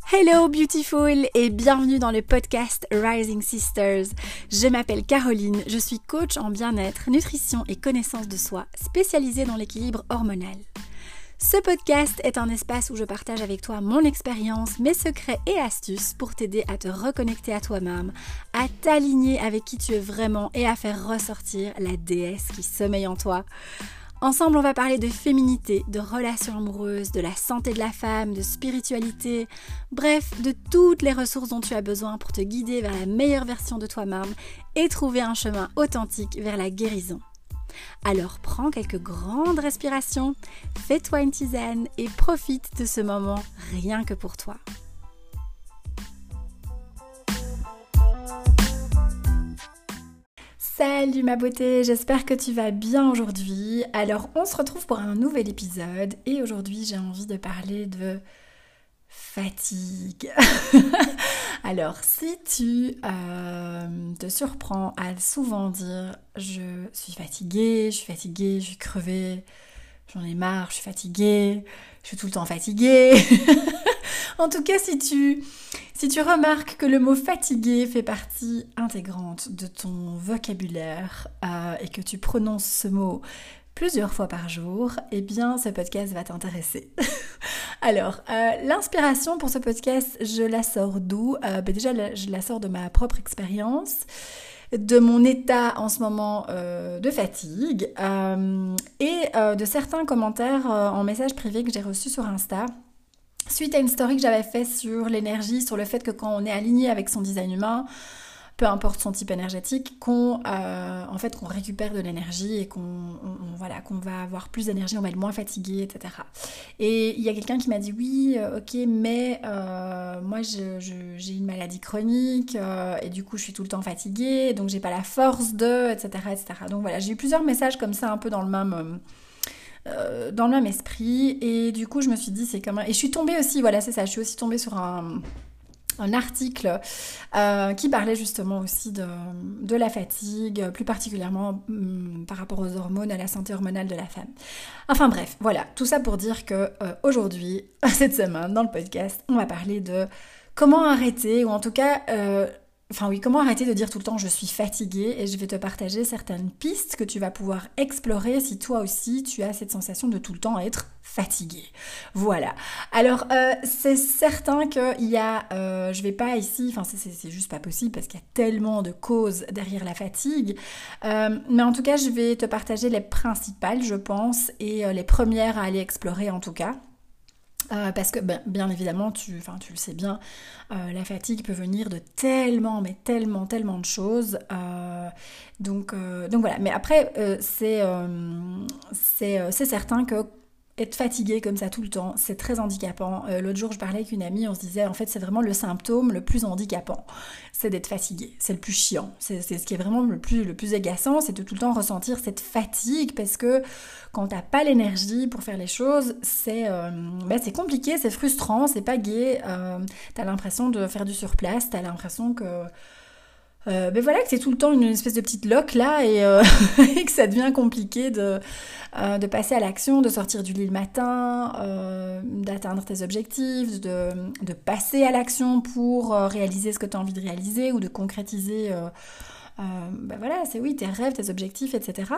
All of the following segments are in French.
Hello beautiful et bienvenue dans le podcast Rising Sisters. Je m'appelle Caroline, je suis coach en bien-être, nutrition et connaissance de soi, spécialisée dans l'équilibre hormonal. Ce podcast est un espace où je partage avec toi mon expérience, mes secrets et astuces pour t'aider à te reconnecter à toi-même, à t'aligner avec qui tu es vraiment et à faire ressortir la déesse qui sommeille en toi. Ensemble, on va parler de féminité, de relations amoureuses, de la santé de la femme, de spiritualité, bref, de toutes les ressources dont tu as besoin pour te guider vers la meilleure version de toi-même et trouver un chemin authentique vers la guérison. Alors prends quelques grandes respirations, fais-toi une tisane et profite de ce moment rien que pour toi. Salut ma beauté, j'espère que tu vas bien aujourd'hui. Alors on se retrouve pour un nouvel épisode et aujourd'hui j'ai envie de parler de fatigue. Alors si tu te surprends à souvent dire je suis fatiguée, je suis crevée, j'en ai marre, je suis fatiguée, je suis tout le temps fatiguée. En tout cas, si tu remarques que le mot fatigué fait partie intégrante de ton vocabulaire et que tu prononces ce mot plusieurs fois par jour, eh bien ce podcast va t'intéresser. Alors, l'inspiration pour ce podcast, je la sors d'où ? Déjà, je la sors de ma propre expérience, de mon état en ce moment de fatigue et de certains commentaires en message privé que j'ai reçus sur Insta. Suite à une story que j'avais faite sur l'énergie, sur le fait que quand on est aligné avec son design humain, peu importe son type énergétique, qu'on récupère de l'énergie et qu'on va avoir plus d'énergie, on va être moins fatigué, etc. Et il y a quelqu'un qui m'a dit oui, ok, mais moi j'ai une maladie chronique et du coup je suis tout le temps fatiguée, donc j'ai pas la force de, etc., etc. Donc voilà, j'ai eu plusieurs messages comme ça un peu dans le même esprit et du coup je me suis dit c'est comme et je suis tombée aussi, voilà c'est ça, je suis aussi tombée sur un article qui parlait justement aussi de la fatigue, plus particulièrement par rapport aux hormones, à la santé hormonale de la femme. Enfin bref, voilà, tout ça pour dire que aujourd'hui, cette semaine, dans le podcast, on va parler de comment arrêter, ou en tout cas comment arrêter de dire tout le temps je suis fatiguée, et je vais te partager certaines pistes que tu vas pouvoir explorer si toi aussi tu as cette sensation de tout le temps être fatiguée. Voilà. Alors c'est certain qu'il y a, je vais pas ici, c'est juste pas possible parce qu'il y a tellement de causes derrière la fatigue, mais en tout cas je vais te partager les principales je pense et les premières à aller explorer en tout cas. Parce que bien évidemment, tu le sais bien, la fatigue peut venir de tellement de choses. Donc voilà. Mais après, c'est certain que être fatigué comme ça tout le temps, c'est très handicapant. L'autre jour, je parlais avec une amie, on se disait, en fait, c'est vraiment le symptôme le plus handicapant. C'est d'être fatigué, c'est le plus chiant. C'est ce qui est vraiment le plus agaçant, c'est de tout le temps ressentir cette fatigue, parce que quand t'as pas l'énergie pour faire les choses, c'est compliqué, c'est frustrant, c'est pas gai. T'as l'impression de faire du surplace, t'as l'impression que... que c'est tout le temps une espèce de petite loque là et que ça devient compliqué de passer à l'action, de sortir du lit le matin, d'atteindre tes objectifs, de passer à l'action pour réaliser ce que tu as envie de réaliser ou de concrétiser tes rêves, tes objectifs, etc.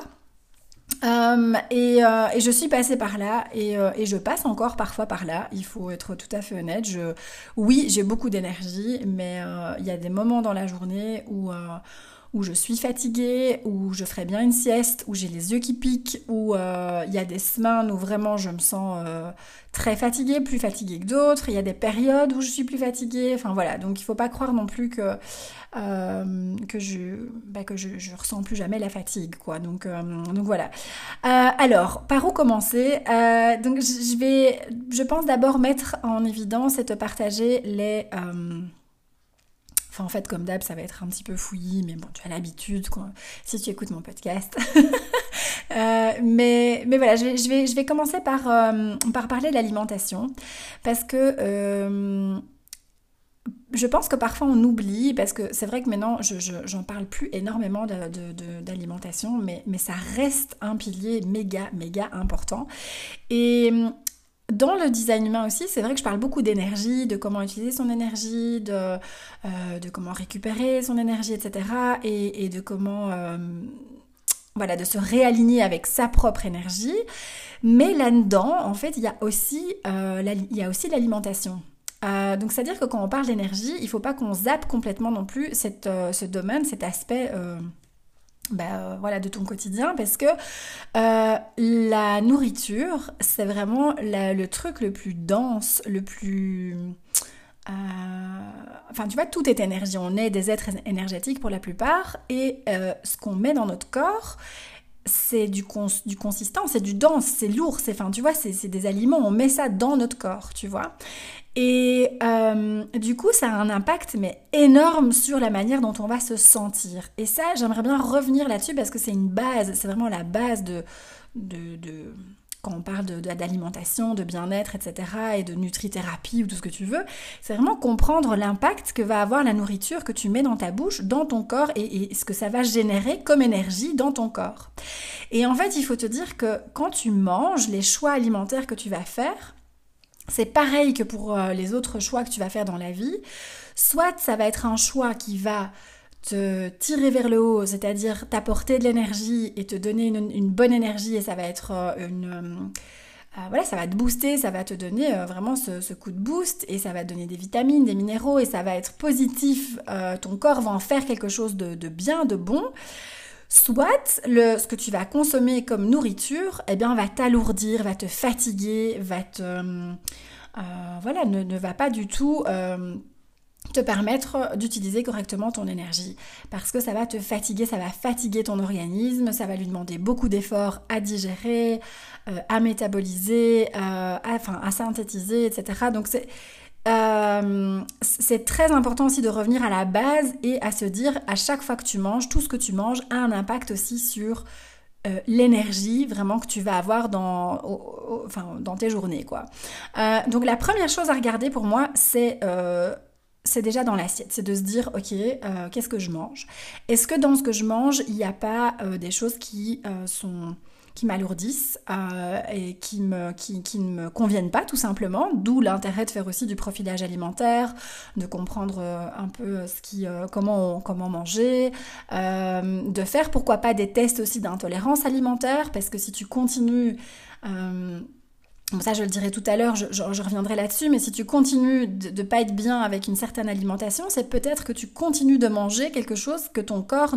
Et je suis passée par là et je passe encore parfois par là, il faut être tout à fait honnête. Oui, j'ai beaucoup d'énergie, mais il y a des moments dans la journée où je suis fatiguée, où je ferais bien une sieste, où j'ai les yeux qui piquent, où il y a des semaines où vraiment je me sens très fatiguée, plus fatiguée que d'autres. Il y a des périodes où je suis plus fatiguée. Enfin voilà, donc il faut pas croire non plus que je ressens plus jamais la fatigue, quoi. Donc voilà. Alors, par où commencer ? Donc je pense d'abord mettre en évidence et te partager les... en fait, comme d'hab, ça va être un petit peu fouillis, mais bon, tu as l'habitude si tu écoutes mon podcast. Mais voilà, je vais commencer par parler de l'alimentation, parce que je pense que parfois on oublie, parce que c'est vrai que maintenant, j'en parle plus énormément d'alimentation, mais ça reste un pilier méga important. Et dans le design humain aussi, c'est vrai que je parle beaucoup d'énergie, de comment utiliser son énergie, de comment récupérer son énergie, etc. Et de comment... voilà, de se réaligner avec sa propre énergie. Mais là-dedans, en fait, il y a aussi l'alimentation. Donc, c'est-à-dire que quand on parle d'énergie, il ne faut pas qu'on zappe complètement non plus ce domaine, cet aspect voilà, de ton quotidien, parce que la nourriture, c'est vraiment le truc le plus dense, le plus... enfin, tu vois, tout est énergie. On est des êtres énergétiques pour la plupart, et ce qu'on met dans notre corps, c'est du consistant, c'est du dense, c'est lourd, enfin, tu vois, c'est des aliments, on met ça dans notre corps, tu vois. Et du coup, ça a un impact mais énorme sur la manière dont on va se sentir. Et ça, j'aimerais bien revenir là-dessus parce que c'est une base, c'est vraiment la base de quand on parle d'alimentation, de bien-être, etc. et de nutrithérapie ou tout ce que tu veux, c'est vraiment comprendre l'impact que va avoir la nourriture que tu mets dans ta bouche, dans ton corps et ce que ça va générer comme énergie dans ton corps. Et en fait, il faut te dire que quand tu manges, les choix alimentaires que tu vas faire, c'est pareil que pour les autres choix que tu vas faire dans la vie. Soit ça va être un choix qui va te tirer vers le haut, c'est-à-dire t'apporter de l'énergie et te donner une bonne énergie, et ça va être voilà, ça va te booster, ça va te donner vraiment ce coup de boost, et ça va te donner des vitamines, des minéraux, et ça va être positif, ton corps va en faire quelque chose de bien, de bon. Soit ce que tu vas consommer comme nourriture, eh bien, va t'alourdir, va te fatiguer, va te... voilà, ne va pas du tout te permettre d'utiliser correctement ton énergie. Parce que ça va te fatiguer, ça va fatiguer ton organisme, ça va lui demander beaucoup d'efforts à digérer, à métaboliser, à synthétiser, etc. Donc c'est très important aussi de revenir à la base et à se dire à chaque fois que tu manges, tout ce que tu manges a un impact aussi sur l'énergie vraiment que tu vas avoir dans tes journées, quoi. Donc la première chose à regarder pour moi, c'est déjà dans l'assiette, c'est de se dire ok, qu'est-ce que je mange? Est-ce que dans ce que je mange, il n'y a pas des choses qui m'alourdissent et qui ne me conviennent pas tout simplement, d'où l'intérêt de faire aussi du profilage alimentaire, de comprendre un peu comment manger, de faire pourquoi pas des tests aussi d'intolérance alimentaire, parce que si tu continues bon, ça je le dirai tout à l'heure, je reviendrai là-dessus, mais si tu continues de pas être bien avec une certaine alimentation, c'est peut-être que tu continues de manger quelque chose que ton corps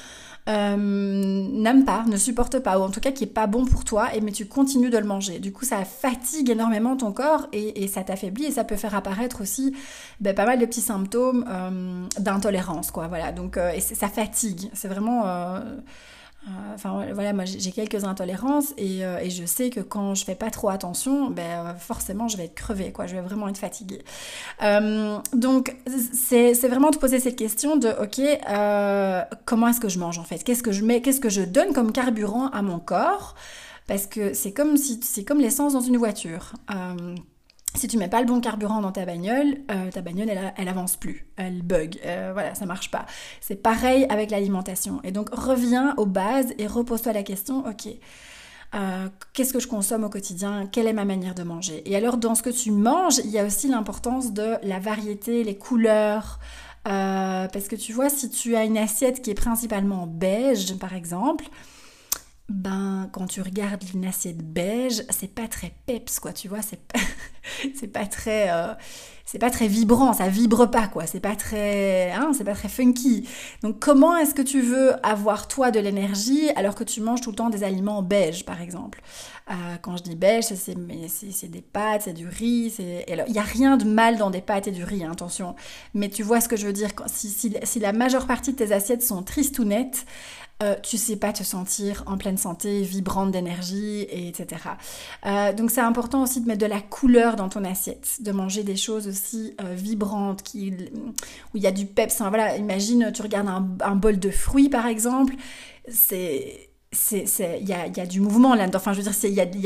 n'aime pas, ne supporte pas, ou en tout cas qui est pas bon pour toi, mais tu continues de le manger. Du coup, ça fatigue énormément ton corps et ça t'affaiblit, et ça peut faire apparaître aussi pas mal de petits symptômes d'intolérance, quoi. Voilà. Donc, et ça fatigue. C'est vraiment... Enfin voilà, moi j'ai quelques intolérances et je sais que quand je fais pas trop attention, forcément je vais être crevée, quoi, je vais vraiment être fatiguée. Donc c'est vraiment de poser cette question de ok, comment est-ce que je mange en fait, qu'est-ce que je mets, qu'est-ce que je donne comme carburant à mon corps, parce que c'est comme l'essence dans une voiture. Si tu mets pas le bon carburant dans ta bagnole elle avance plus, elle bug, voilà, ça marche pas. C'est pareil avec l'alimentation. Et donc reviens aux bases et repose-toi la question, ok, qu'est-ce que je consomme au quotidien, quelle est ma manière de manger? Et alors dans ce que tu manges, il y a aussi l'importance de la variété, les couleurs, parce que tu vois, si tu as une assiette qui est principalement beige par exemple, quand tu regardes une assiette beige, c'est pas très peps, quoi, tu vois, c'est pas très vibrant, ça vibre pas, quoi, c'est pas très funky. Donc comment est-ce que tu veux avoir toi de l'énergie alors que tu manges tout le temps des aliments beige, par exemple? Quand je dis beige, c'est des pâtes, c'est du riz, il y a rien de mal dans des pâtes et du riz, hein, attention. Mais tu vois ce que je veux dire, si la majeure partie de tes assiettes sont tristounettes, tu sais pas te sentir en pleine santé, vibrante d'énergie, etc. Donc c'est important aussi de mettre de la couleur dans ton assiette, de manger des choses aussi vibrantes, où il y a du peps. Enfin, voilà, imagine, tu regardes un bol de fruits par exemple, il y a du mouvement là-dedans. Enfin, je veux dire,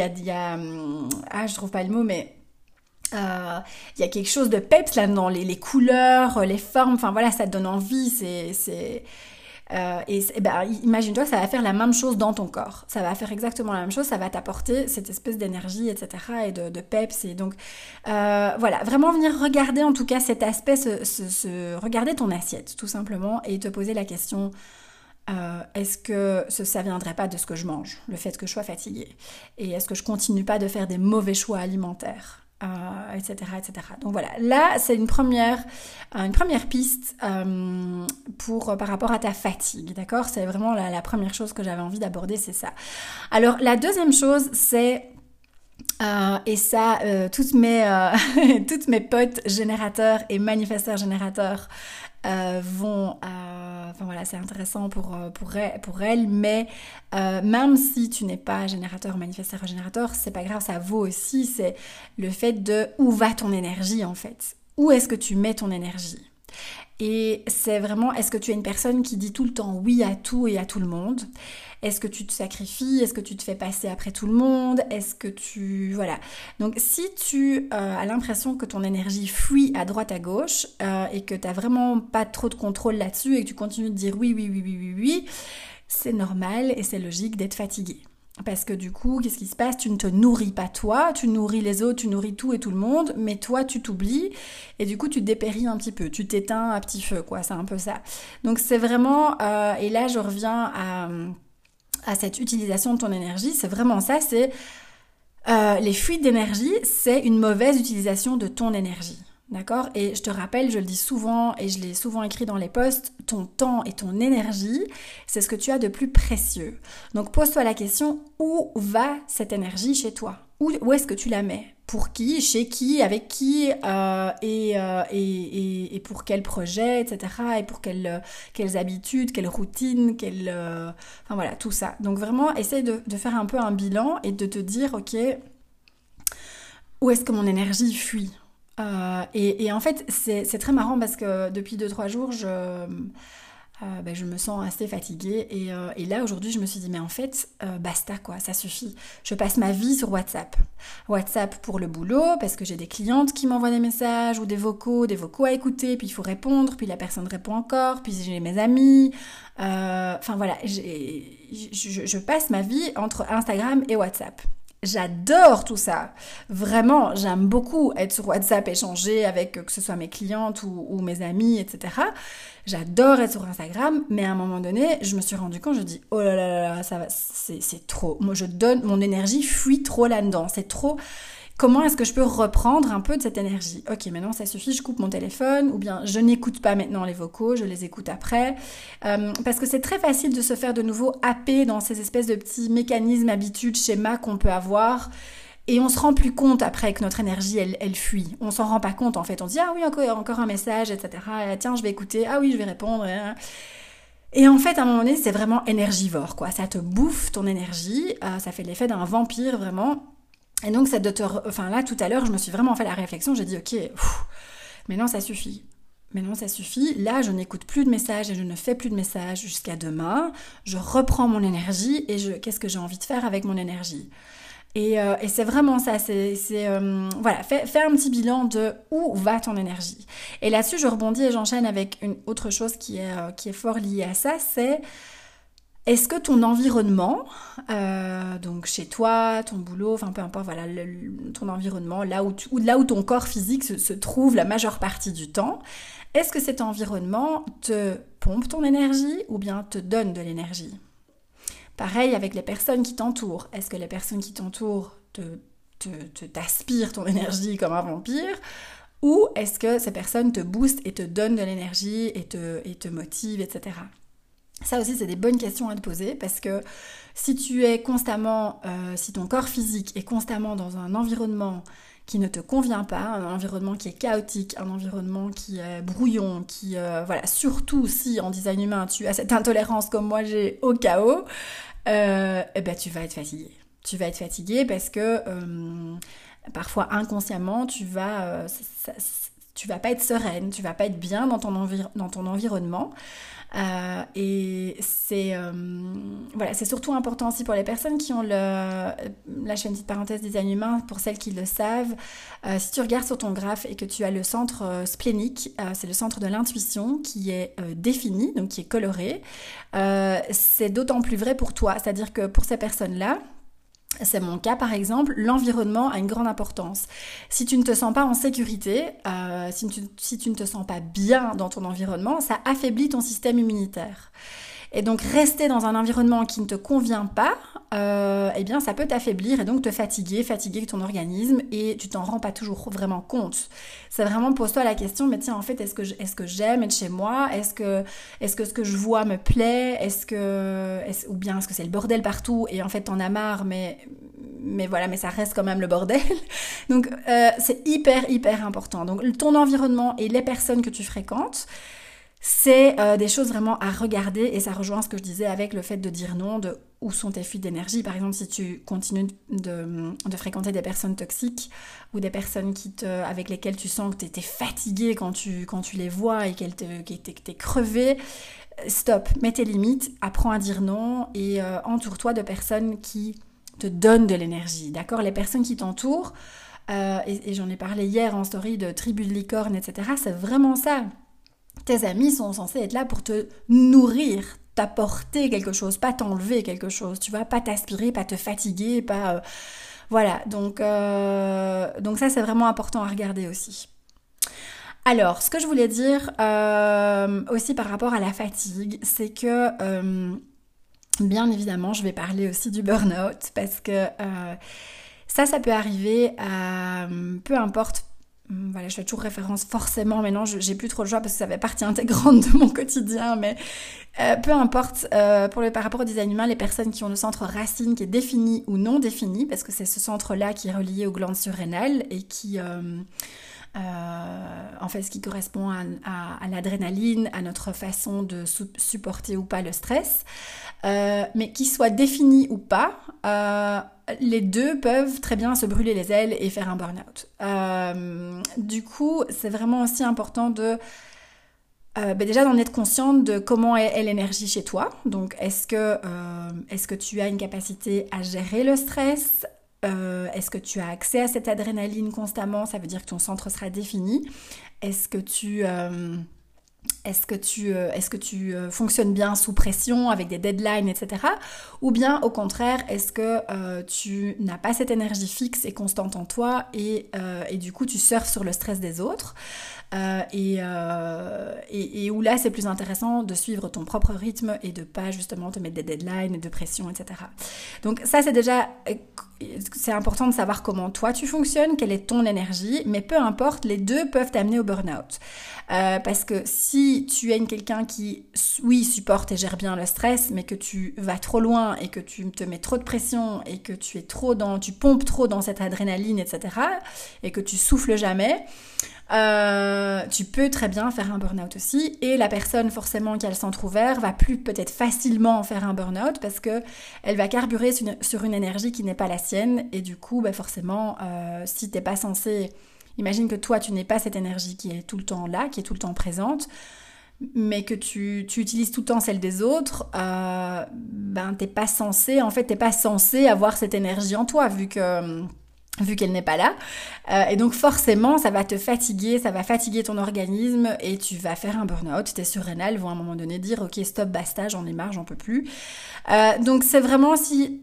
je trouve pas le mot, mais il y a quelque chose de peps là-dedans, les couleurs, les formes. Enfin voilà, ça te donne envie. Imagine-toi que ça va faire la même chose dans ton corps. Ça va faire exactement la même chose, ça va t'apporter cette espèce d'énergie, etc. et de peps. Et donc, voilà, vraiment venir regarder en tout cas cet aspect, regarder ton assiette tout simplement et te poser la question, est-ce que ça viendrait pas de ce que je mange, le fait que je sois fatiguée? Et est-ce que je continue pas de faire des mauvais choix alimentaires? Etc., etc. Donc voilà, là c'est une première piste par rapport à ta fatigue, d'accord? C'est vraiment la première chose que j'avais envie d'aborder, c'est ça. Alors la deuxième chose, c'est et ça, toutes mes potes générateurs et manifesteurs générateurs vont... Enfin voilà, c'est intéressant pour elles, mais même si tu n'es pas générateur, manifesteur, générateur, c'est pas grave, ça vaut aussi, c'est le fait de où va ton énergie en fait. Où est-ce que tu mets ton énergie? Et c'est vraiment, est-ce que tu es une personne qui dit tout le temps oui à tout et à tout le monde? Est-ce que tu te sacrifies? Est-ce que tu te fais passer après tout le monde? Est-ce que tu... Voilà. Donc si tu as l'impression que ton énergie fuit à droite à gauche et que tu n'as vraiment pas trop de contrôle là-dessus et que tu continues de dire oui, oui, oui, oui, oui, oui, c'est normal et c'est logique d'être fatigué. Parce que du coup, qu'est-ce qui se passe? Tu ne te nourris pas toi, tu nourris les autres, tu nourris tout et tout le monde, mais toi, tu t'oublies et du coup, tu dépéris un petit peu, tu t'éteins à petit feu, quoi, c'est un peu ça. Donc c'est vraiment... et là, je reviens à cette utilisation de ton énergie, c'est vraiment ça, c'est... les fuites d'énergie, c'est une mauvaise utilisation de ton énergie. D'accord? Et je te rappelle, je le dis souvent et je l'ai souvent écrit dans les posts, ton temps et ton énergie, c'est ce que tu as de plus précieux. Donc pose-toi la question, où va cette énergie chez toi? Où est-ce que tu la mets? Pour qui? Chez qui? Avec qui? Et pour quel projet, etc. Et pour quelles habitudes, quelles routines, enfin voilà, tout ça. Donc vraiment, essaye de faire un peu un bilan et de te dire, ok, où est-ce que mon énergie fuit? Et en fait, c'est très marrant parce que depuis 2-3 jours, je me sens assez fatiguée. Et là, aujourd'hui, je me suis dit, mais en fait, basta quoi, ça suffit. Je passe ma vie sur WhatsApp. WhatsApp pour le boulot, parce que j'ai des clientes qui m'envoient des messages ou des vocaux à écouter, puis il faut répondre, puis la personne répond encore, puis j'ai mes amis. Enfin voilà, je passe ma vie entre Instagram et WhatsApp. J'adore tout ça. Vraiment, j'aime beaucoup être sur WhatsApp, échanger avec que ce soit mes clientes ou mes amis, etc. J'adore être sur Instagram, mais à un moment donné, je me suis rendu compte, je dis oh là là là, ça va, c'est trop. Moi, mon énergie fuit trop là-dedans. C'est trop. Comment est-ce que je peux reprendre un peu de cette énergie? Ok, maintenant ça suffit, je coupe mon téléphone, ou bien je n'écoute pas maintenant les vocaux, je les écoute après. Parce que c'est très facile de se faire de nouveau happer dans ces espèces de petits mécanismes, habitudes, schémas qu'on peut avoir. Et on se rend plus compte après que notre énergie, elle fuit. On s'en rend pas compte en fait. On se dit, ah oui, encore un message, etc. Et, tiens, je vais écouter, ah oui, je vais répondre. Et en fait, à un moment donné, c'est vraiment énergivore, quoi. Ça te bouffe ton énergie, ça fait l'effet d'un vampire, vraiment. Et donc, là, tout à l'heure, je me suis vraiment fait la réflexion. J'ai dit, ok, maintenant ça suffit. Maintenant ça suffit. Là, je n'écoute plus de messages et je ne fais plus de messages jusqu'à demain. Je reprends mon énergie et qu'est-ce que j'ai envie de faire avec mon énergie? Et c'est vraiment ça. Voilà, fais un petit bilan de où va ton énergie. Et là-dessus, je rebondis et j'enchaîne avec une autre chose qui est fort liée à ça, c'est est-ce que ton environnement, donc chez toi, ton boulot, enfin peu importe, voilà, ton environnement, là où ton corps physique se trouve la majeure partie du temps, est-ce que cet environnement te pompe ton énergie ou bien te donne de l'énergie? Pareil avec les personnes qui t'entourent. Est-ce que les personnes qui t'entourent t'aspirent ton énergie comme un vampire? Ou est-ce que ces personnes te boostent et te donnent de l'énergie et te motivent, etc. Ça aussi, c'est des bonnes questions à te poser parce que si si ton corps physique est constamment dans un environnement qui ne te convient pas, un environnement qui est chaotique, un environnement qui est brouillon, voilà, surtout si en design humain tu as cette intolérance comme moi j'ai au chaos, tu vas être fatigué. Tu vas être fatigué parce que parfois inconsciemment tu vas tu vas pas être sereine, tu vas pas être bien dans ton environnement. Et c'est voilà, c'est surtout important aussi pour les personnes qui ont là je fais une petite parenthèse design humain pour celles qui le savent. Si tu regardes sur ton graphe et que tu as le centre splénique, c'est le centre de l'intuition qui est défini, donc qui est coloré, c'est d'autant plus vrai pour toi, c'est-à-dire que pour ces personnes-là, c'est mon cas par exemple, l'environnement a une grande importance. Si tu ne te sens pas en sécurité, si tu ne te sens pas bien dans ton environnement, ça affaiblit ton système immunitaire. Et donc rester dans un environnement qui ne te convient pas, eh bien ça peut t'affaiblir et donc te fatiguer ton organisme et tu t'en rends pas toujours vraiment compte. C'est vraiment, pose-toi la question, mais tiens en fait est-ce que j'aime être chez moi, est-ce que ce que je vois me plaît, ou bien est-ce que c'est le bordel partout et en fait t'en as marre, mais voilà, mais ça reste quand même le bordel. Donc c'est hyper important. Donc ton environnement et les personnes que tu fréquentes, c'est des choses vraiment à regarder et ça rejoint ce que je disais avec le fait de dire non, de où sont tes fuites d'énergie. Par exemple, si tu continues de fréquenter des personnes toxiques ou des personnes avec lesquelles tu sens que tu es fatigué quand tu les vois et que t'es crevé, stop, mets tes limites, apprends à dire non et entoure-toi de personnes qui te donnent de l'énergie, d'accord ? Les personnes qui t'entourent, et j'en ai parlé hier en story de tribu de licorne, etc., c'est vraiment ça. Tes amis sont censés être là pour te nourrir, t'apporter quelque chose, pas t'enlever quelque chose, tu vois, pas t'aspirer, pas te fatiguer, pas... voilà, donc ça c'est vraiment important à regarder aussi. Alors, ce que je voulais dire aussi par rapport à la fatigue, c'est que bien évidemment, je vais parler aussi du burn-out parce que ça peut arriver à peu importe. Voilà, je fais toujours référence forcément, maintenant j'ai plus trop le choix parce que ça fait partie intégrante de mon quotidien, mais peu importe, par rapport au design humain, les personnes qui ont le centre racine qui est défini ou non défini, parce que c'est ce centre-là qui est relié aux glandes surrénales et qui... en fait, ce qui correspond à l'adrénaline, à notre façon de supporter ou pas le stress, mais qu'il soit défini ou pas, les deux peuvent très bien se brûler les ailes et faire un burn-out. Du coup, c'est vraiment aussi important de déjà d'en être consciente de comment est l'énergie chez toi. Donc, est-ce que tu as une capacité à gérer le stress ? Est-ce que tu as accès à cette adrénaline constamment ? Ça veut dire que ton centre sera défini. Est-ce que tu fonctionnes bien sous pression, avec des deadlines, etc. Ou bien, au contraire, est-ce que tu n'as pas cette énergie fixe et constante en toi et du coup, tu surfes sur le stress des autres et où là, c'est plus intéressant de suivre ton propre rythme et de pas justement te mettre des deadlines, de pression, etc. Donc ça, c'est important de savoir comment toi tu fonctionnes, quelle est ton énergie, mais peu importe, les deux peuvent t'amener au burn-out. Parce que si tu es quelqu'un qui, oui, supporte et gère bien le stress, mais que tu vas trop loin et que tu te mets trop de pression et que tu pompes trop dans cette adrénaline, etc., et que tu souffles jamais, tu peux très bien faire un burn-out aussi. Et la personne forcément qui a le centre ouvert va plus peut-être facilement faire un burn-out parce que elle va carburer sur une énergie qui n'est pas la sienne. Et du coup, forcément, si t'es pas censé... Imagine que toi, tu n'es pas cette énergie qui est tout le temps là, qui est tout le temps présente, mais que tu utilises tout le temps celle des autres, t'es pas censé avoir cette énergie en toi, vu qu'elle n'est pas là. Et donc forcément, ça va te fatiguer, ça va fatiguer ton organisme et tu vas faire un burn-out. Tes surrénales vont à un moment donné dire « Ok, stop, basta, j'en ai marre, j'en peux plus ». Donc c'est vraiment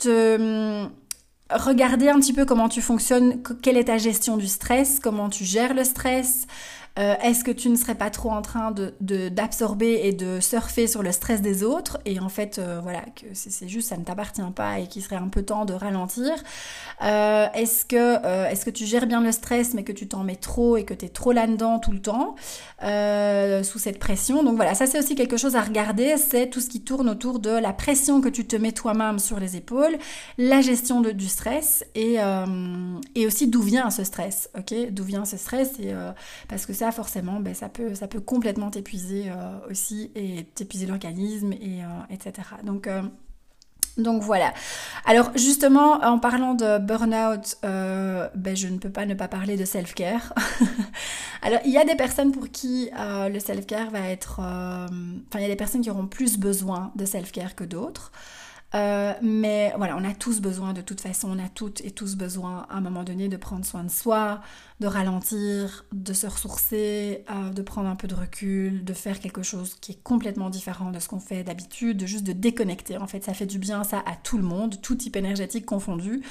regarder un petit peu comment tu fonctionnes, quelle est ta gestion du stress, comment tu gères le stress. Est-ce que tu ne serais pas trop en train d'absorber et de surfer sur le stress des autres et en fait que c'est juste ça ne t'appartient pas et qu'il serait un peu temps de ralentir. Est-ce que tu gères bien le stress mais que tu t'en mets trop et que tu es trop là-dedans tout le temps sous cette pression. Donc voilà, ça c'est aussi quelque chose à regarder, c'est tout ce qui tourne autour de la pression que tu te mets toi-même sur les épaules, la gestion du stress et aussi d'où vient ce stress, ok ? D'où vient ce stress et parce que ça forcément ça peut complètement t'épuiser aussi et t'épuiser l'organisme et etc. Donc Donc voilà. Alors justement, en parlant de burn-out, je ne peux pas ne pas parler de self-care. Alors il y a des personnes pour qui le self-care va être... il y a des personnes qui auront plus besoin de self-care que d'autres. Mais voilà, on a tous besoin de toute façon, on a toutes et tous besoin à un moment donné de prendre soin de soi, de ralentir, de se ressourcer, de prendre un peu de recul, de faire quelque chose qui est complètement différent de ce qu'on fait d'habitude, de juste de déconnecter. En fait, ça fait du bien ça à tout le monde, tout type énergétique confondu.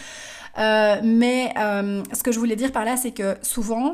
Ce que je voulais dire par là, c'est que souvent,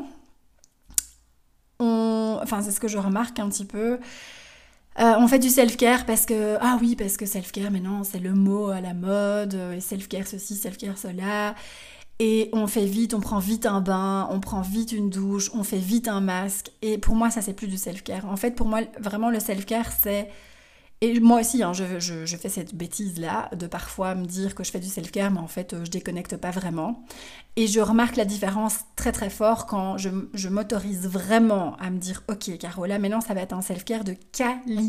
c'est ce que je remarque un petit peu, on fait du self-care parce que self-care maintenant c'est le mot à la mode, et self-care ceci, self-care cela, et on fait vite, on prend vite un bain, on prend vite une douche, on fait vite un masque, et pour moi ça c'est plus du self-care. En fait pour moi vraiment le self-care c'est... Et moi aussi, je fais cette bêtise-là, de parfois me dire que je fais du self-care, mais en fait, je déconnecte pas vraiment. Et je remarque la différence très très fort quand je m'autorise vraiment à me dire « Ok, Caro, là maintenant, ça va être un self-care de qualité ».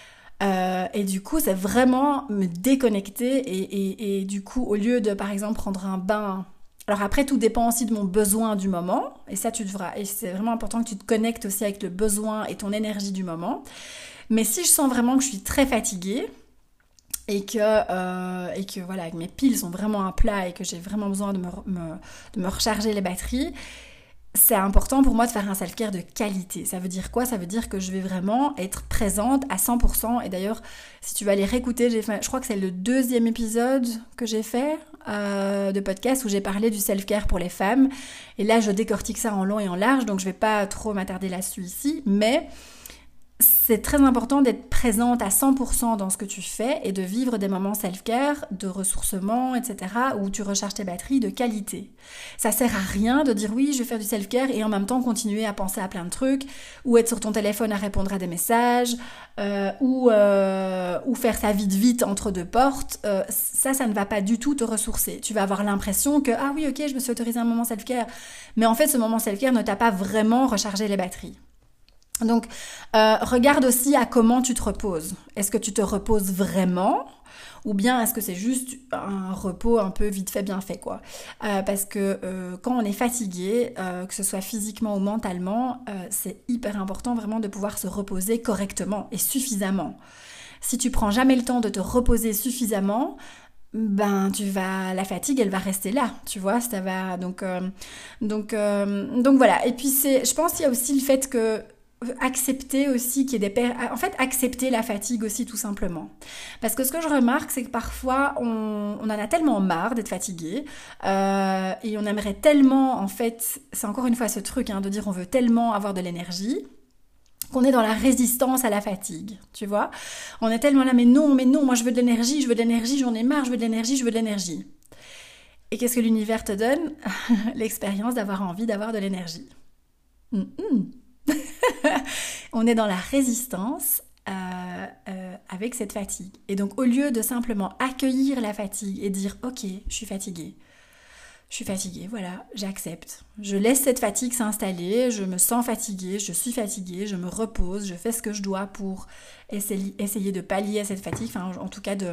Et du coup, c'est vraiment me déconnecter et du coup, au lieu de, par exemple, prendre un bain... Alors après, tout dépend aussi de mon besoin du moment, et ça, tu devras... Et c'est vraiment important que tu te connectes aussi avec le besoin et ton énergie du moment. Mais si je sens vraiment que je suis très fatiguée et que voilà, que mes piles sont vraiment à plat et que j'ai vraiment besoin de me recharger les batteries, c'est important pour moi de faire un self-care de qualité. Ça veut dire quoi? Ça veut dire que je vais vraiment être présente à 100%. Et d'ailleurs, si tu vas aller réécouter, je crois que c'est le 2e épisode que j'ai fait de podcast où j'ai parlé du self-care pour les femmes. Et là, je décortique ça en long et en large, donc je vais pas trop m'attarder là-dessus ici. Mais... c'est très important d'être présente à 100% dans ce que tu fais et de vivre des moments self-care, de ressourcement, etc. où tu recharges tes batteries de qualité. Ça sert à rien de dire oui, je vais faire du self-care et en même temps continuer à penser à plein de trucs, ou être sur ton téléphone à répondre à des messages, ou faire ça vite entre deux portes. Ça ne va pas du tout te ressourcer. Tu vas avoir l'impression que ah oui, ok, je me suis autorisé un moment self-care, mais en fait ce moment self-care ne t'a pas vraiment rechargé les batteries. Donc, regarde aussi à comment tu te reposes. Est-ce que tu te reposes vraiment ou bien est-ce que c'est juste un repos un peu vite fait, bien fait, quoi. Parce que quand on est fatigué, que ce soit physiquement ou mentalement, c'est hyper important vraiment de pouvoir se reposer correctement et suffisamment. Si tu prends jamais le temps de te reposer suffisamment, la fatigue elle va rester là, tu vois, ça va donc voilà. Et puis je pense qu'il y a aussi le fait que accepter aussi qu'il y ait accepter la fatigue aussi tout simplement, parce que ce que je remarque c'est que parfois on en a tellement marre d'être fatigué et on aimerait tellement, en fait c'est encore une fois ce truc de dire on veut tellement avoir de l'énergie qu'on est dans la résistance à la fatigue, tu vois, on est tellement là mais non, moi je veux de l'énergie, j'en ai marre, je veux de l'énergie. Et qu'est-ce que l'univers te donne? L'expérience d'avoir envie d'avoir de l'énergie. On est dans la résistance avec cette fatigue. Et donc au lieu de simplement accueillir la fatigue et dire ok, je suis fatiguée, voilà, j'accepte. Je laisse cette fatigue s'installer, je me sens fatiguée, je suis fatiguée, je me repose, je fais ce que je dois pour essayer de pallier à cette fatigue, en tout cas de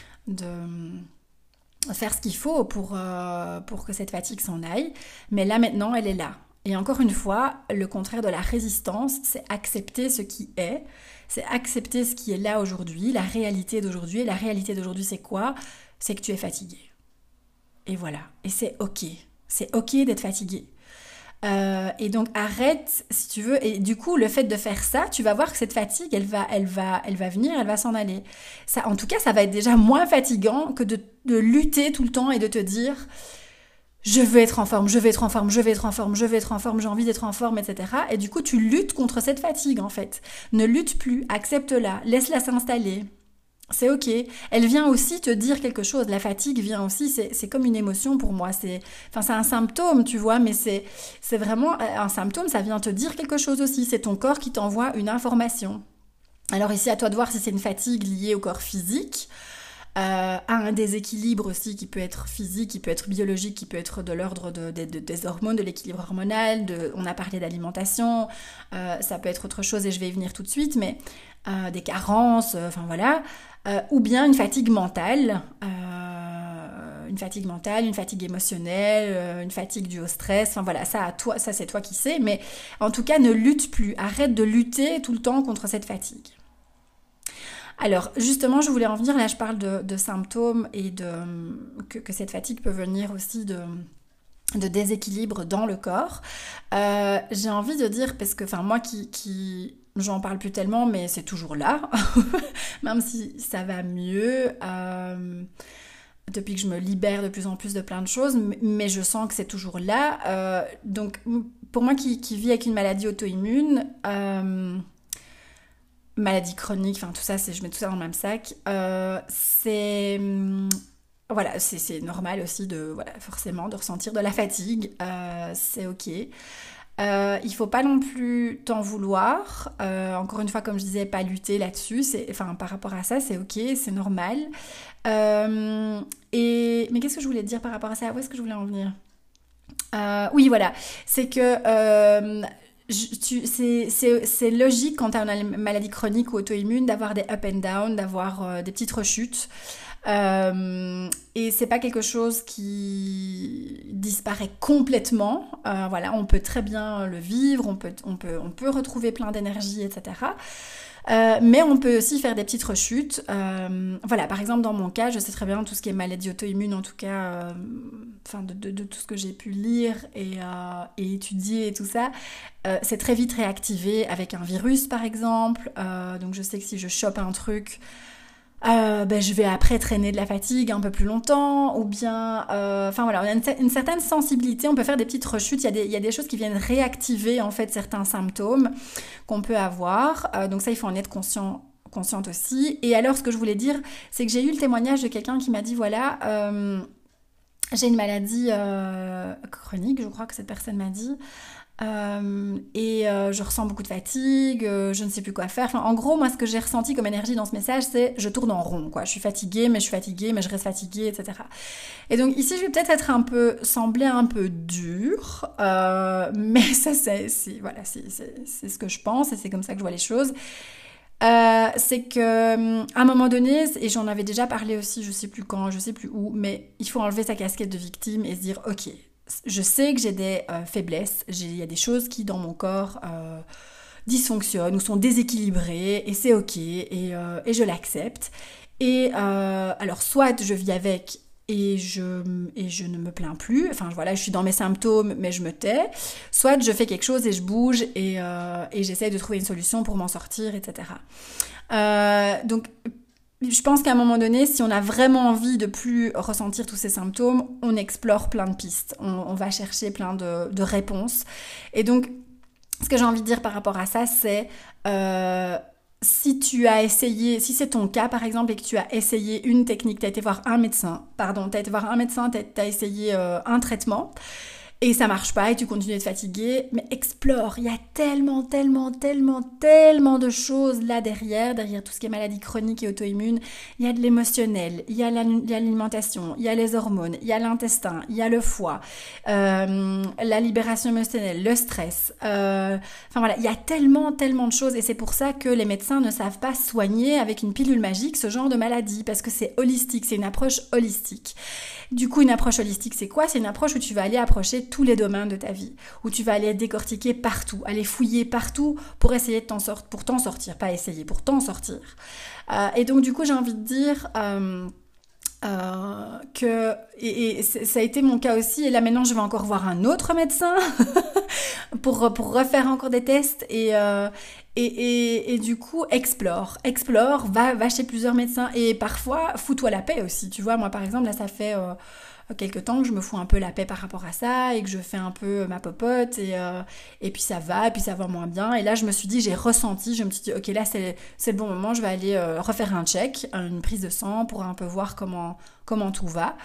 faire ce qu'il faut pour que cette fatigue s'en aille. Mais là maintenant, elle est là. Et encore une fois, le contraire de la résistance, c'est accepter ce qui est, c'est accepter ce qui est là aujourd'hui, la réalité d'aujourd'hui. Et la réalité d'aujourd'hui, c'est quoi? C'est que tu es fatigué. Et voilà. Et c'est ok d'être fatigué. Et donc arrête, si tu veux. Et du coup, le fait de faire ça, tu vas voir que cette fatigue, elle va venir, elle va s'en aller. Ça, en tout cas, ça va être déjà moins fatigant que de lutter tout le temps et de te dire... je veux être en forme, j'ai envie d'être en forme, etc. Et du coup, tu luttes contre cette fatigue, en fait. Ne lutte plus, accepte-la, laisse-la s'installer. C'est ok. Elle vient aussi te dire quelque chose. La fatigue vient aussi, c'est comme une émotion pour moi. C'est un symptôme, tu vois, mais c'est vraiment un symptôme, ça vient te dire quelque chose aussi. C'est ton corps qui t'envoie une information. Alors ici, à toi de voir si c'est une fatigue liée au corps physique, a un déséquilibre aussi qui peut être physique, qui peut être biologique, qui peut être de l'ordre des hormones, de l'équilibre hormonal, on a parlé d'alimentation, ça peut être autre chose et je vais y venir tout de suite, mais des carences, enfin voilà, ou bien une fatigue mentale, une fatigue émotionnelle, une fatigue due au stress, enfin voilà, ça c'est toi qui sais, mais en tout cas ne lutte plus, arrête de lutter tout le temps contre cette fatigue. Alors justement je voulais en venir, là je parle de symptômes et que cette fatigue peut venir aussi de déséquilibre dans le corps. J'ai envie de dire, parce que moi qui j'en parle plus tellement, mais c'est toujours là, même si ça va mieux, depuis que je me libère de plus en plus de plein de choses, mais je sens que c'est toujours là. Donc pour moi qui vis avec une maladie auto-immune, maladie chronique, enfin tout ça, je mets tout ça dans le même sac, c'est normal aussi forcément de ressentir de la fatigue, c'est ok. Il faut pas non plus t'en vouloir. Encore une fois, comme je disais, pas lutter là-dessus. Par rapport à ça, c'est ok, c'est normal. Mais qu'est-ce que je voulais te dire par rapport à ça? Où est-ce que je voulais en venir? Oui, voilà. C'est que c'est logique quand tu as une maladie chronique ou auto-immune d'avoir des up and down, d'avoir des petites rechutes. Et c'est pas quelque chose qui disparaît complètement. On peut très bien le vivre, on peut retrouver plein d'énergie, etc. Mais on peut aussi faire des petites rechutes. Par exemple, dans mon cas, je sais très bien tout ce qui est maladie auto-immune, en tout cas, de tout ce que j'ai pu lire et étudier et tout ça, c'est très vite réactivé avec un virus, par exemple. Donc je sais que si je chope un truc, je vais après traîner de la fatigue un peu plus longtemps, ou bien, on a une certaine sensibilité, on peut faire des petites rechutes, il y a des choses qui viennent réactiver en fait certains symptômes qu'on peut avoir, donc ça il faut en être consciente aussi. Et alors ce que je voulais dire, c'est que j'ai eu le témoignage de quelqu'un qui m'a dit voilà, j'ai une maladie chronique, je crois que cette personne m'a dit, je ressens beaucoup de fatigue, je ne sais plus quoi faire. En gros, moi, ce que j'ai ressenti comme énergie dans ce message, c'est je tourne en rond, quoi. Je suis fatiguée, mais je reste fatiguée, etc. Et donc ici, je vais peut-être sembler un peu dure, mais ça, c'est ce que je pense et c'est comme ça que je vois les choses. C'est que à un moment donné, et j'en avais déjà parlé aussi, je sais plus quand, je sais plus où, mais il faut enlever sa casquette de victime et se dire ok, je sais que j'ai des faiblesses, il y a des choses qui dans mon corps dysfonctionnent ou sont déséquilibrées et c'est ok et je l'accepte. Et alors soit je vis avec et je ne me plains plus, je suis dans mes symptômes mais je me tais, soit je fais quelque chose et je bouge et j'essaie de trouver une solution pour m'en sortir, etc. Donc je pense qu'à un moment donné, si on a vraiment envie de plus ressentir tous ces symptômes, on explore plein de pistes, on va chercher plein de réponses. Et donc, ce que j'ai envie de dire par rapport à ça, c'est si c'est ton cas par exemple et que tu as essayé une technique, tu as été voir un médecin, t'as essayé un traitement, et ça marche pas et tu continues d'être fatigué, mais explore, il y a tellement de choses là derrière tout ce qui est maladie chronique et auto-immune. Il y a de l'émotionnel, il y a l'alimentation, il y a les hormones, il y a l'intestin, il y a le foie, la libération émotionnelle, le stress, il y a tellement de choses, et c'est pour ça que les médecins ne savent pas soigner avec une pilule magique ce genre de maladie, parce que c'est holistique, c'est une approche holistique. Du coup, une approche holistique, c'est quoi? C'est une approche où tu vas aller approcher tous les domaines de ta vie, où tu vas aller décortiquer partout, aller fouiller partout pour essayer de pour t'en sortir, pas essayer, pour t'en sortir. Et donc, du coup, j'ai envie de dire que ça a été mon cas aussi, et là maintenant, je vais encore voir un autre médecin pour refaire encore des tests et du coup, explore, va chez plusieurs médecins, et parfois, fous-toi la paix aussi, tu vois. Moi, par exemple, là, ça fait quelques temps que je me fous un peu la paix par rapport à ça et que je fais un peu ma popote et puis ça va moins bien. Et là je me suis dit, j'ai ressenti, je me suis dit ok, là c'est le bon moment, je vais aller refaire un check, une prise de sang pour un peu voir comment tout va.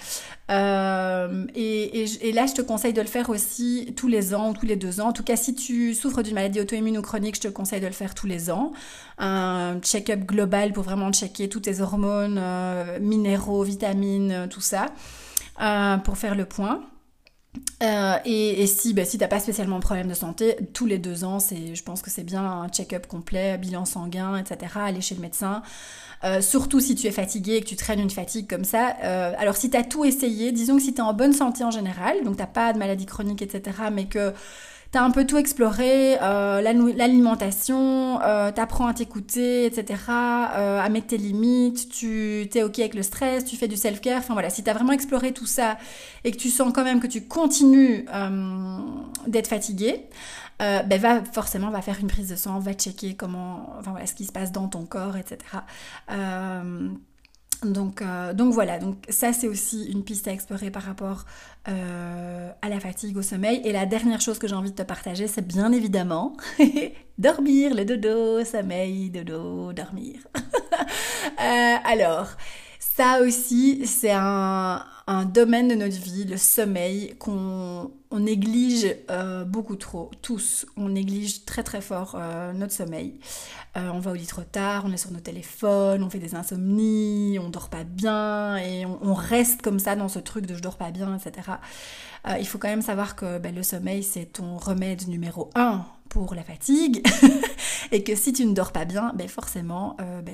Et là je te conseille de le faire aussi tous les ans ou tous les 2 ans. En tout cas si tu souffres d'une maladie auto-immune ou chronique, je te conseille de le faire tous les ans. Un check-up global pour vraiment checker toutes tes hormones, minéraux, vitamines, tout ça. Pour faire le point. Et si t'as pas spécialement de problème de santé, tous les 2 ans, je pense que c'est bien un check-up complet, bilan sanguin, etc. Aller chez le médecin. Surtout si tu es fatigué et que tu traînes une fatigue comme ça. Alors si t'as tout essayé, disons que si t'es en bonne santé en général, donc t'as pas de maladie chronique, etc., mais que t'as un peu tout exploré, l'alimentation, t'apprends à t'écouter, etc., à mettre tes limites, tu t'es ok avec le stress, tu fais du self-care, enfin voilà, si t'as vraiment exploré tout ça et que tu sens quand même que tu continues d'être fatigué, va faire une prise de sang, va checker ce qui se passe dans ton corps, etc. Donc voilà, donc ça c'est aussi une piste à explorer par rapport à la fatigue, au sommeil. Et la dernière chose que j'ai envie de te partager, c'est bien évidemment dormir, le dodo, sommeil, dodo, dormir. Alors, ça aussi, c'est un domaine de notre vie, le sommeil, qu'on néglige beaucoup trop, tous. On néglige très très fort notre sommeil. On va au lit trop tard, on est sur nos téléphones, on fait des insomnies, on dort pas bien et on reste comme ça dans ce truc de je dors pas bien, etc. Il faut quand même savoir que le sommeil, c'est ton remède numéro 1 pour la fatigue et que si tu ne dors pas bien, forcément,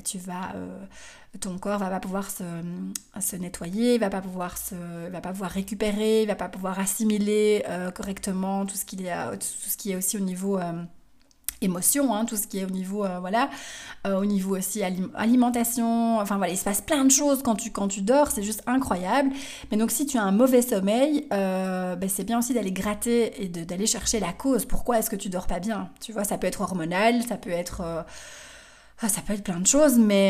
ton corps va pas pouvoir se nettoyer, va pas pouvoir récupérer, va pas pouvoir assimiler correctement tout ce qui est aussi au niveau émotion, tout ce qui est au niveau au niveau aussi alimentation, enfin voilà, il se passe plein de choses quand tu dors, c'est juste incroyable. Mais donc si tu as un mauvais sommeil, c'est bien aussi d'aller gratter et d'aller chercher la cause. Pourquoi est-ce que tu dors pas bien? Tu vois, ça peut être hormonal, ça peut être plein de choses, mais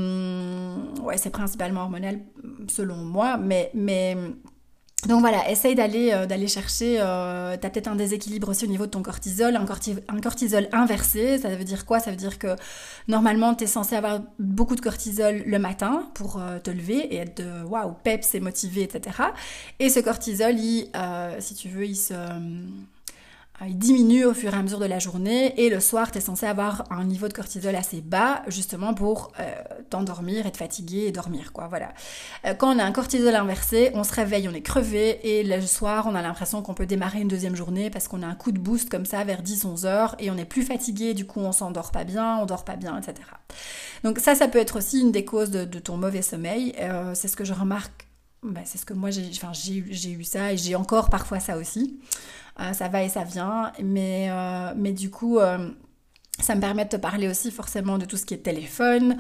c'est principalement hormonal selon moi, mais donc voilà, essaye d'aller chercher, t'as peut-être un déséquilibre aussi au niveau de ton cortisol, un cortisol inversé. Ça veut dire quoi? Ça veut dire que normalement t'es censé avoir beaucoup de cortisol le matin pour te lever et être de waouh, peps et motivé, etc. Et ce cortisol, si tu veux, il diminue au fur et à mesure de la journée et le soir, tu es censé avoir un niveau de cortisol assez bas justement pour t'endormir, être fatigué et dormir, quoi, voilà. Quand on a un cortisol inversé, on se réveille, on est crevé et le soir, on a l'impression qu'on peut démarrer une deuxième journée parce qu'on a un coup de boost comme ça vers 10-11 heures et on est plus fatigué, du coup on s'endort pas bien, on dort pas bien, etc. Donc ça peut être aussi une des causes de ton mauvais sommeil. C'est ce que je remarque, c'est ce que moi j'ai eu ça et j'ai encore parfois ça aussi. Ça va et ça vient, mais du coup, ça me permet de te parler aussi forcément de tout ce qui est téléphone,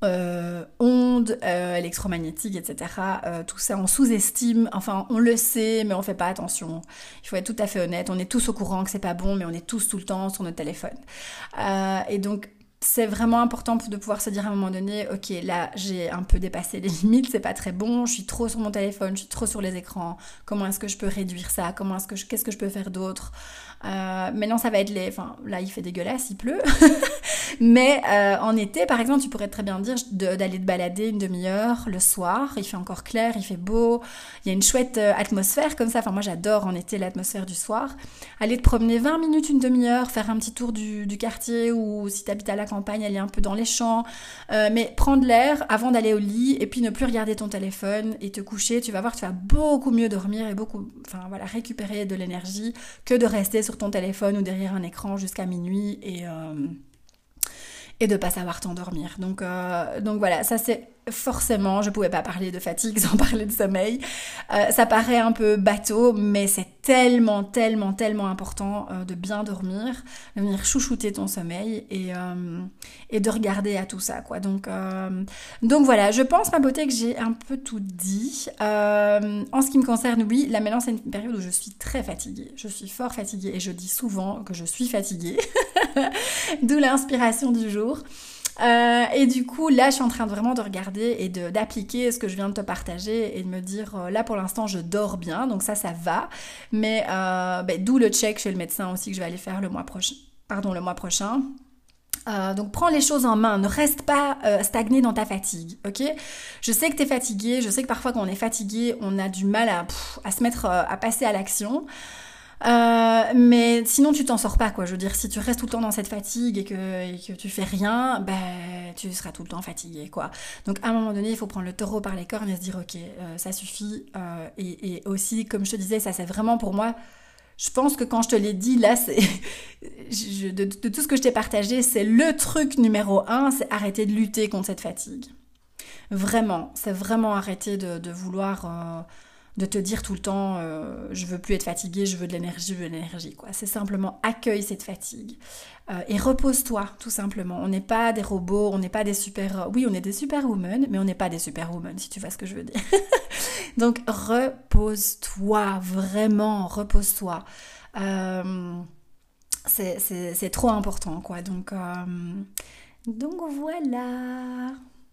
ondes électromagnétiques, etc. Tout ça, on sous-estime, enfin on le sait, mais on fait pas attention. Il faut être tout à fait honnête, on est tous au courant que c'est pas bon, mais on est tous tout le temps sur notre téléphone. Et donc, c'est vraiment important de pouvoir se dire à un moment donné, ok, là j'ai un peu dépassé les limites, c'est pas très bon, je suis trop sur mon téléphone, je suis trop sur les écrans, comment est-ce que je peux réduire ça, qu'est-ce que je peux faire d'autre? Maintenant ça va être là il fait dégueulasse, il pleut, mais en été par exemple tu pourrais très bien dire d'aller te balader une demi-heure le soir, il fait encore clair, il fait beau, il y a une chouette atmosphère comme ça, enfin moi j'adore en été l'atmosphère du soir, aller te promener 20 minutes, une demi-heure, faire un petit tour du quartier ou si t'habites à la campagne, aller un peu dans les champs, mais prendre l'air avant d'aller au lit et puis ne plus regarder ton téléphone et te coucher, tu vas voir que tu vas beaucoup mieux dormir et récupérer de l'énergie que de rester sur ton téléphone ou derrière un écran jusqu'à minuit et de pas savoir t'endormir. Donc voilà, ça c'est forcément, je pouvais pas parler de fatigue sans parler de sommeil. Ça paraît un peu bateau, mais c'est tellement, tellement, tellement important de bien dormir, de venir chouchouter ton sommeil et de regarder à tout ça, quoi. Donc voilà, je pense, ma beauté, que j'ai un peu tout dit. En ce qui me concerne, oui, là maintenant c'est une période où je suis très fatiguée. Je suis fort fatiguée et je dis souvent que je suis fatiguée. D'où l'inspiration du jour. Et du coup, là, je suis en train vraiment de regarder et d'appliquer ce que je viens de te partager et de me dire, là, pour l'instant, je dors bien, donc ça va. Mais d'où le check chez le médecin aussi que je vais aller faire le mois prochain. Le mois prochain. Donc prends les choses en main, ne reste pas stagné dans ta fatigue, ok? Je sais que t'es fatigué, je sais que parfois quand on est fatigué, on a du mal à se mettre, à passer à l'action. Mais sinon tu t'en sors pas, quoi. Je veux dire, si tu restes tout le temps dans cette fatigue et que tu fais rien, tu seras tout le temps fatigué, quoi. Donc à un moment donné, il faut prendre le taureau par les cornes et se dire ok, ça suffit. Et aussi, comme je te disais, ça c'est vraiment pour moi. Je pense que quand je te l'ai dit, là, de tout ce que je t'ai partagé, c'est le truc numéro 1, c'est arrêter de lutter contre cette fatigue. Vraiment, c'est vraiment arrêter de vouloir, de te dire tout le temps, je veux plus être fatiguée, je veux de l'énergie, quoi. C'est simplement accueille cette fatigue. Et repose-toi, tout simplement. On n'est pas des robots, on n'est pas des super... Oui, on est des superwomen, mais on n'est pas des superwomen, si tu vois ce que je veux dire. Donc, repose-toi, vraiment, repose-toi. C'est trop important, quoi. Donc voilà.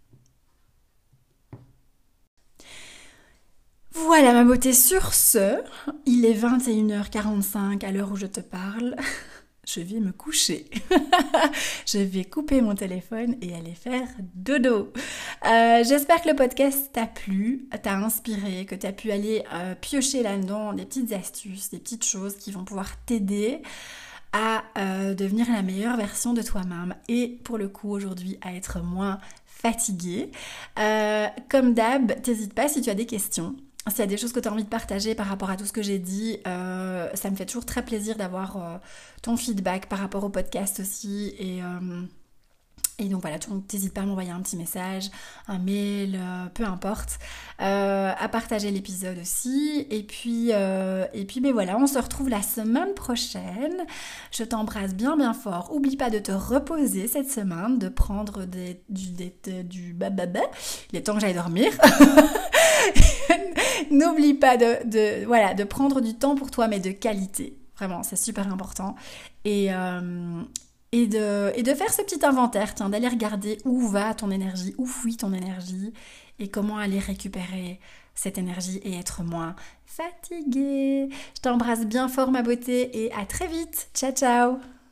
Voilà ma beauté, sur ce, il est 21h45 à l'heure où je te parle. Je vais me coucher. Je vais couper mon téléphone et aller faire dodo. J'espère que le podcast t'a plu, t'a inspiré, que t'as pu aller piocher là-dedans des petites astuces, des petites choses qui vont pouvoir t'aider à devenir la meilleure version de toi-même et pour le coup aujourd'hui à être moins fatiguée. Comme d'hab, t'hésites pas si tu as des questions. S'il y a des choses que tu as envie de partager par rapport à tout ce que j'ai dit, ça me fait toujours très plaisir d'avoir ton feedback par rapport au podcast aussi. Et donc voilà, n'hésite pas à m'envoyer un petit message, un mail, peu importe, à partager l'épisode aussi. Et puis voilà, on se retrouve la semaine prochaine. Je t'embrasse bien bien fort. Oublie pas de te reposer cette semaine, de prendre du bababa. Il est temps que j'aille dormir. N'oublie pas de prendre du temps pour toi, mais de qualité. Vraiment, c'est super important. Et de faire ce petit inventaire, tiens, d'aller regarder où va ton énergie, où fuit ton énergie, et comment aller récupérer cette énergie et être moins fatiguée. Je t'embrasse bien fort, ma beauté, et à très vite. Ciao, ciao!